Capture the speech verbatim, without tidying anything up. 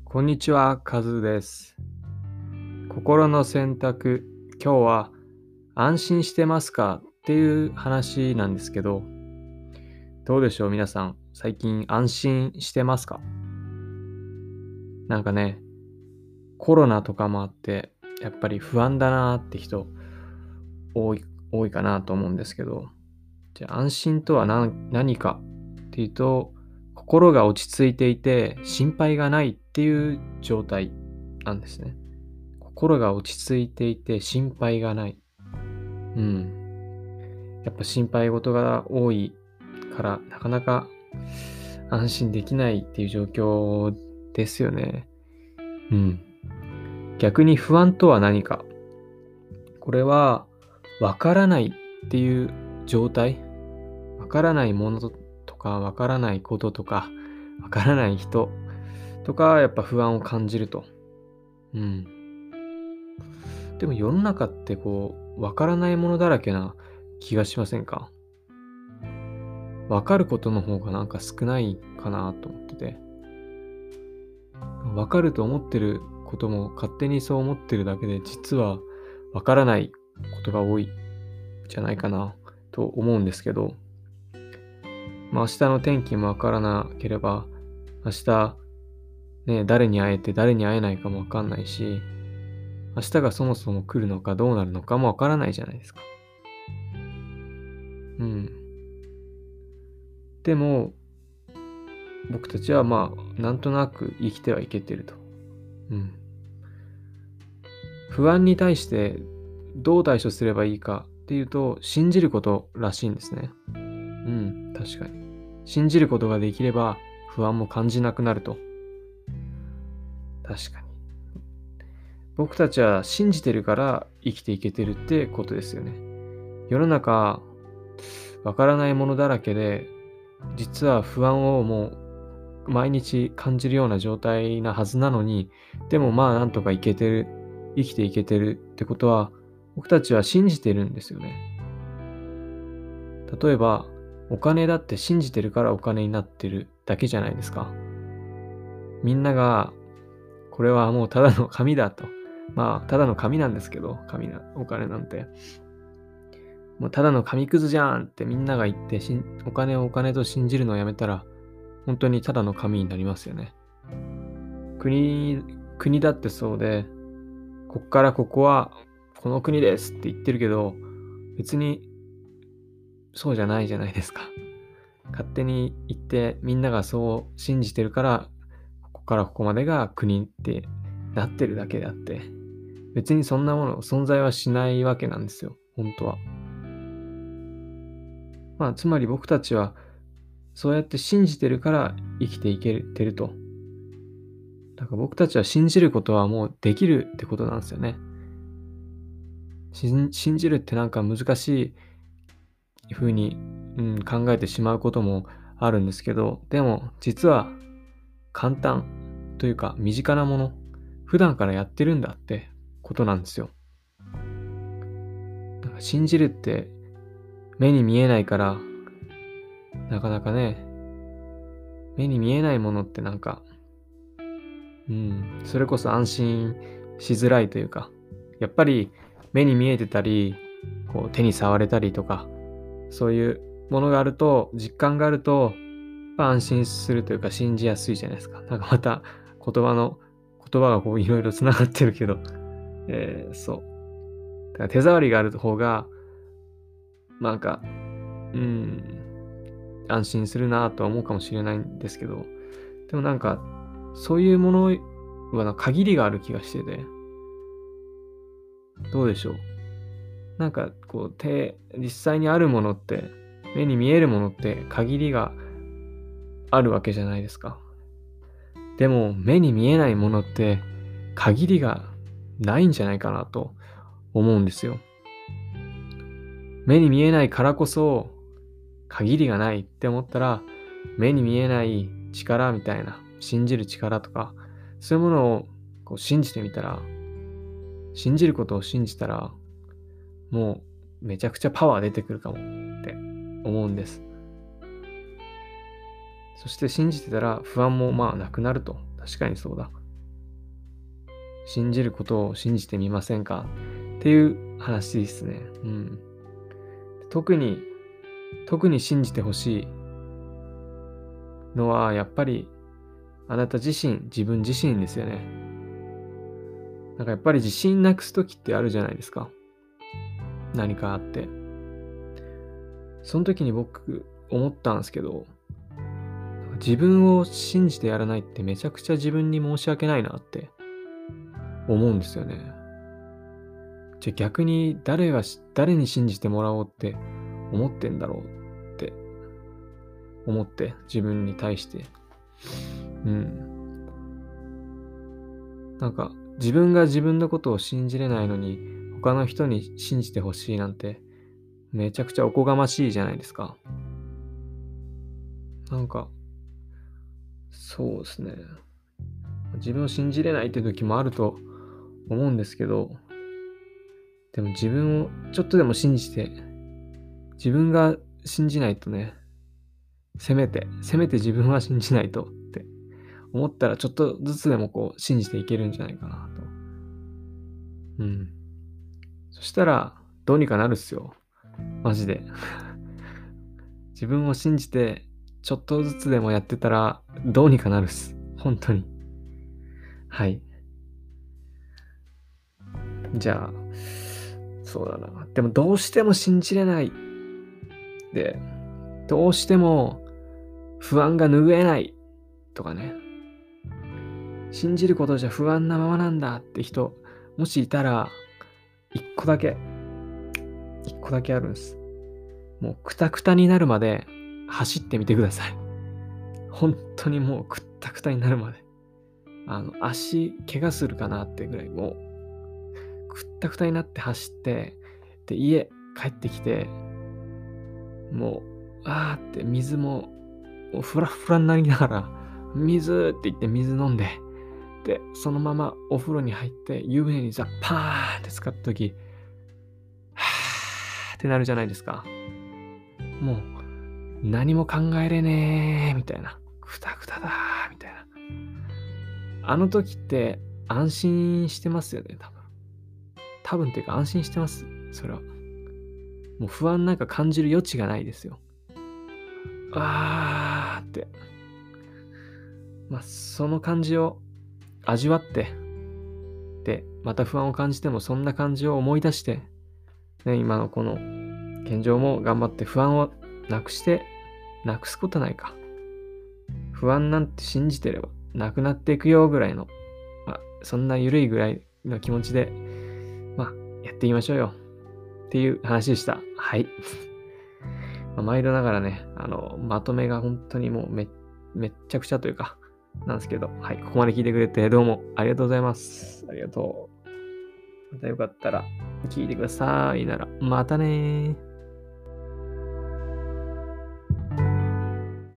こんにちは、カズです。心の選択、今日は安心してますかっていう話なんですけど、どうでしょう皆さん、最近安心してますか？なんかね、コロナとかもあって、やっぱり不安だなーって人多い、多いかなと思うんですけど、じゃあ安心とは何、何かっていうと、心が落ち着いていて心配がないっていう状態なんですね。心が落ち着いていて心配がない。うん。やっぱ心配事が多いからなかなか安心できないっていう状況ですよね。うん。逆に不安とは何か。これはわからないっていう状態。わからないものとかわからないこととかわからない人とかやっぱ不安を感じると。うん。でも世の中ってこう、わからないものだらけな気がしませんか？わかることの方がなんか少ないかなと思ってて。わかると思ってることも勝手にそう思ってるだけで、実はわからないことが多いんじゃないかなと思うんですけど、まあ明日の天気もわからなければ、明日ね、誰に会えて誰に会えないかもわかんないし、明日がそもそも来るのかどうなるのかもわからないじゃないですか。うん。でも、僕たちはまあ、なんとなく生きてはいけてると。うん。不安に対してどう対処すればいいかっていうと、信じることらしいんですね。うん、確かに。信じることができれば不安も感じなくなると。確かに。僕たちは信じてるから生きていけてるってことですよね。世の中、わからないものだらけで、実は不安をもう毎日感じるような状態なはずなのに、でもまあなんとかいけてる、生きていけてるってことは、僕たちは信じてるんですよね。例えば、お金だって信じてるからお金になってるだけじゃないですか。みんなが、これはもうただの紙だと。まあ、ただの紙なんですけど、紙な、お金なんて。もうただの紙くずじゃんってみんなが言ってしん、お金をお金と信じるのをやめたら、本当にただの紙になりますよね。国、国だってそうで、こっからここはこの国ですって言ってるけど、別にそうじゃないじゃないですか。勝手に言ってみんながそう信じてるから、ここからここまでが国ってなってるだけであって、別にそんなもの存在はしないわけなんですよ、本当は。まあ、つまり僕たちはそうやって信じてるから生きていけてると。だから僕たちは信じることはもうできるってことなんですよね。信信じるってなんか難しい風に、うん、考えてしまうこともあるんですけど、でも実は簡単というか身近なもの、普段からやってるんだってことなんですよ。なんか信じるって目に見えないから、なかなかね、目に見えないものってなんか、うん、それこそ安心しづらいというか、やっぱり目に見えてたり、こう手に触れたりとか、そういうものがあると、実感があると、まあ安心するというか信じやすいじゃないですか。なんかまた言葉の、言葉がこういろいろ繋がってるけど、えー、そう。だから手触りがある方が、なんか、うん、安心するなとは思うかもしれないんですけど、でもなんか、そういうものはな限りがある気がしてて、どうでしょう。なんかこう手、実際にあるものって、目に見えるものって限りがあるわけじゃないですか。でも目に見えないものって限りがないんじゃないかなと思うんですよ。目に見えないからこそ限りがないって思ったら、目に見えない力みたいな、信じる力とか、そういうものをこう信じてみたら、信じることを信じたら、もうめちゃくちゃパワー出てくるかもって思うんです。そして信じてたら不安もまあなくなると。確かにそうだ。 信じることを信じてみませんかっていう話ですね。うん。特に、特に信じてほしいのは、やっぱり、あなた自身、自分自身ですよね。なんかやっぱり自信なくすときってあるじゃないですか。何かあって。その時に僕、思ったんですけど、自分を信じてやらないってめちゃくちゃ自分に申し訳ないなって思うんですよね。じゃあ逆に誰がし、誰に信じてもらおうって思ってんだろうって思って、自分に対して。うん。なんか自分が自分のことを信じれないのに他の人に信じてほしいなんてめちゃくちゃおこがましいじゃないですか。なんかそうですね。自分を信じれないって時もあると思うんですけど、でも自分をちょっとでも信じて、自分が信じないとね、せめて、せめて自分は信じないとって思ったらちょっとずつでもこう信じていけるんじゃないかなと。うん。そしたらどうにかなるっすよ。マジで。自分を信じてちょっとずつでもやってたらどうにかなるっす。本当に。はい。じゃあ、そうだな。でもどうしても信じれないで、どうしても不安が拭えないとかね。信じることじゃ不安なままなんだって人、もしいたら、一個だけ、一個だけあるんです。もうクタクタになるまで走ってみてください。本当にもうクッタクタになるまで。あの、足、怪我するかなってぐらい、もう、クッタクタになって走って、で、家帰ってきて、もう、あーって水も、もうフラフラになりながら、水って言って水飲んで、で、そのままお風呂に入って、湯船にザッパーンって使ったとき、はーってなるじゃないですか。もう、何も考えれねー、みたいな。くたくただー、みたいな。あの時って、安心してますよね、多分。多分っていうか安心してます。それは。もう不安なんか感じる余地がないですよ。あーって。まあ、その感じを味わって、で、また不安を感じてもそんな感じを思い出して、ね、今のこの現状も頑張って不安をなくして、なくすことないか。不安なんて信じてればなくなっていくよぐらいの、まあ、そんな緩いぐらいの気持ちで、まあ、やっていきましょうよ。っていう話でした。はい。まあ、毎度ながらね、あの、まとめが本当にもうめ、めっちゃくちゃというか、なんですけど、はい。ここまで聞いてくれてどうもありがとうございます。ありがとう。またよかったら聞いてくださいなら、またねー。